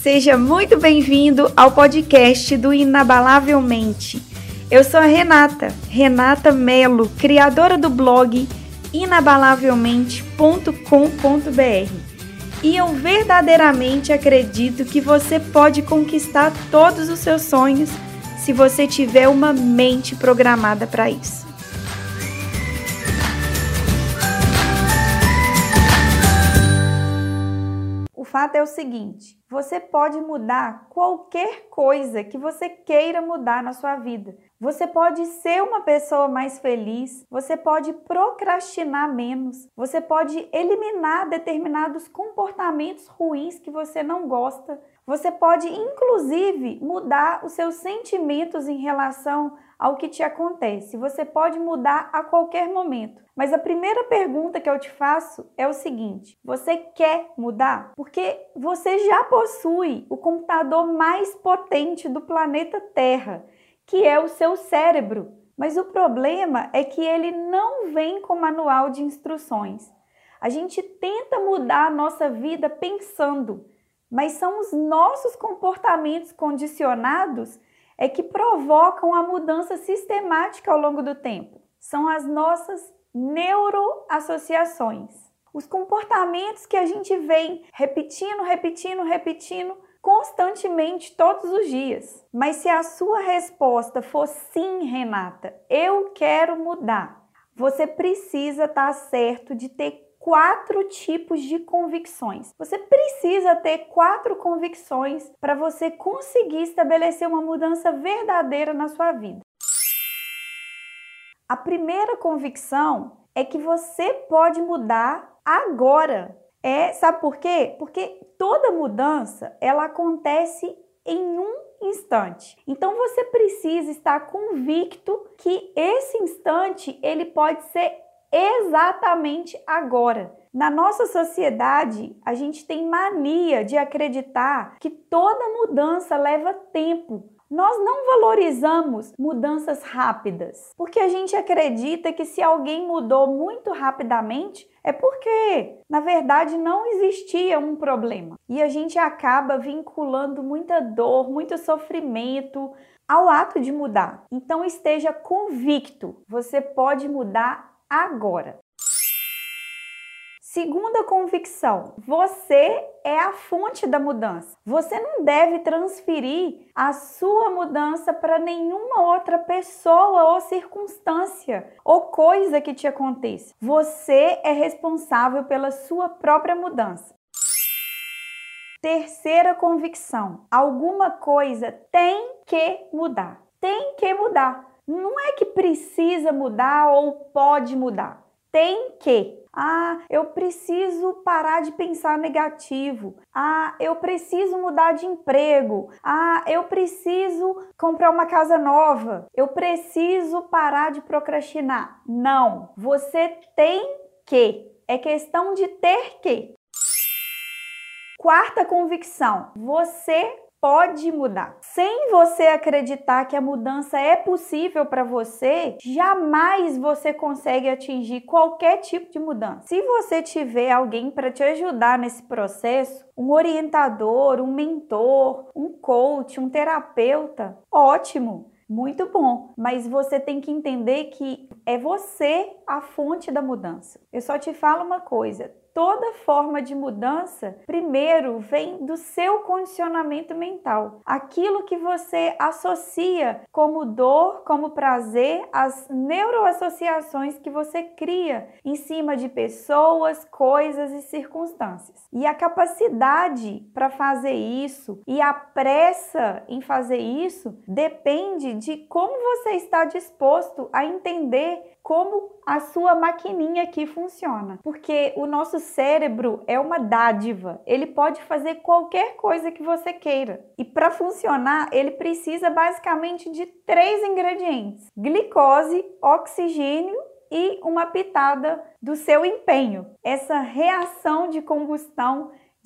Seja muito bem-vindo ao podcast do Inabalavelmente. Eu sou a Renata Melo, criadora do blog inabalavelmente.com.br. E eu verdadeiramente acredito que você pode conquistar todos os seus sonhos se você tiver uma mente programada para isso. O fato é o seguinte, você pode mudar qualquer coisa que você queira mudar na sua vida. Você pode ser uma pessoa mais feliz, você pode procrastinar menos, você pode eliminar determinados comportamentos ruins que você não gosta. Você pode, inclusive, mudar os seus sentimentos em relação ao que te acontece. Você pode mudar a qualquer momento. Mas a primeira pergunta que eu te faço é o seguinte: você quer mudar? Porque você já possui o computador mais potente do planeta Terra, que é o seu cérebro. Mas o problema é que ele não vem com manual de instruções. A gente tenta mudar a nossa vida pensando, mas são os nossos comportamentos condicionados que provocam a mudança sistemática ao longo do tempo. São as nossas neuroassociações. Os comportamentos que a gente vem repetindo constantemente todos os dias. Mas se a sua resposta for sim, Renata, eu quero mudar, você precisa estar certo de ter 4 tipos de convicções. Você precisa ter 4 convicções para você conseguir estabelecer uma mudança verdadeira na sua vida. A primeira convicção é que você pode mudar agora. Sabe por quê? Porque toda mudança, ela acontece em um instante. Então você precisa estar convicto que esse instante, ele pode ser exatamente agora. Na nossa sociedade, a gente tem mania de acreditar que toda mudança leva tempo. Nós não valorizamos mudanças rápidas, porque a gente acredita que se alguém mudou muito rapidamente, é porque, na verdade, não existia um problema. E a gente acaba vinculando muita dor, muito sofrimento ao ato de mudar. Então esteja convicto, você pode mudar agora. Segunda convicção, você é a fonte da mudança. Você não deve transferir a sua mudança para nenhuma outra pessoa ou circunstância ou coisa que te aconteça. Você é responsável pela sua própria mudança. Terceira convicção, alguma coisa tem que mudar. Tem que mudar. Não é que precisa mudar ou pode mudar. Tem que. Eu preciso parar de pensar negativo. Eu preciso mudar de emprego. Eu preciso comprar uma casa nova. Eu preciso parar de procrastinar. Não, você tem que. É questão de ter que. Quarta convicção, você pode mudar. Sem você acreditar que a mudança é possível para você, jamais você consegue atingir qualquer tipo de mudança. Se você tiver alguém para te ajudar nesse processo, um orientador, um mentor, um coach, um terapeuta, ótimo, muito bom. Mas você tem que entender que é você a fonte da mudança. Eu só te falo uma coisa. Toda forma de mudança, primeiro, vem do seu condicionamento mental. Aquilo que você associa como dor, como prazer, as neuroassociações que você cria em cima de pessoas, coisas e circunstâncias. E a capacidade para fazer isso e a pressa em fazer isso depende de como você está disposto a entender como a sua maquininha aqui funciona. Porque o nosso cérebro é uma dádiva. Ele pode fazer qualquer coisa que você queira. E para funcionar, ele precisa basicamente de 3 ingredientes: glicose, oxigênio e uma pitada do seu empenho. Essa reação de combustão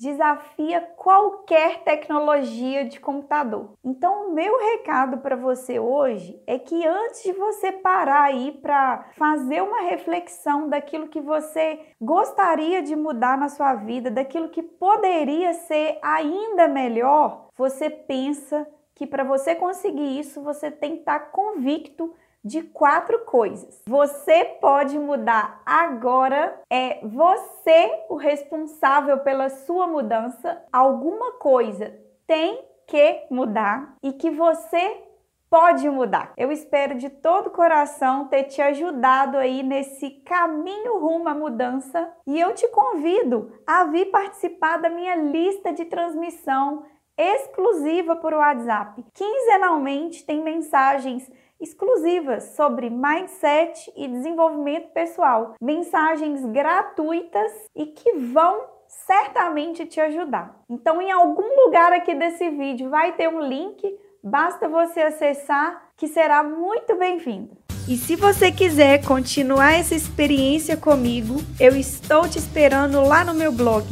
desafia qualquer tecnologia de computador. Então, o meu recado para você hoje é que antes de você parar aí para fazer uma reflexão daquilo que você gostaria de mudar na sua vida, daquilo que poderia ser ainda melhor, você pensa que para você conseguir isso, você tem que estar convicto de 4 coisas. Você pode mudar agora, é você o responsável pela sua mudança. Alguma coisa tem que mudar e que você pode mudar. Eu espero de todo o coração ter te ajudado aí nesse caminho rumo à mudança e eu te convido a vir participar da minha lista de transmissão exclusiva por WhatsApp. Quinzenalmente tem mensagens exclusivas sobre mindset e desenvolvimento pessoal, mensagens gratuitas e que vão certamente te ajudar. Então, em algum lugar aqui desse vídeo vai ter um link, basta você acessar, que será muito bem-vindo. E se você quiser continuar essa experiência comigo, eu estou te esperando lá no meu blog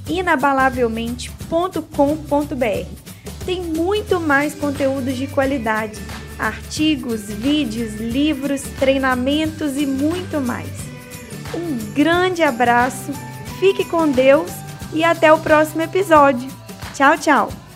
inabalavelmente.com.br. Tem muito mais conteúdos de qualidade, artigos, vídeos, livros, treinamentos e muito mais. Um grande abraço, fique com Deus e até o próximo episódio. Tchau, tchau!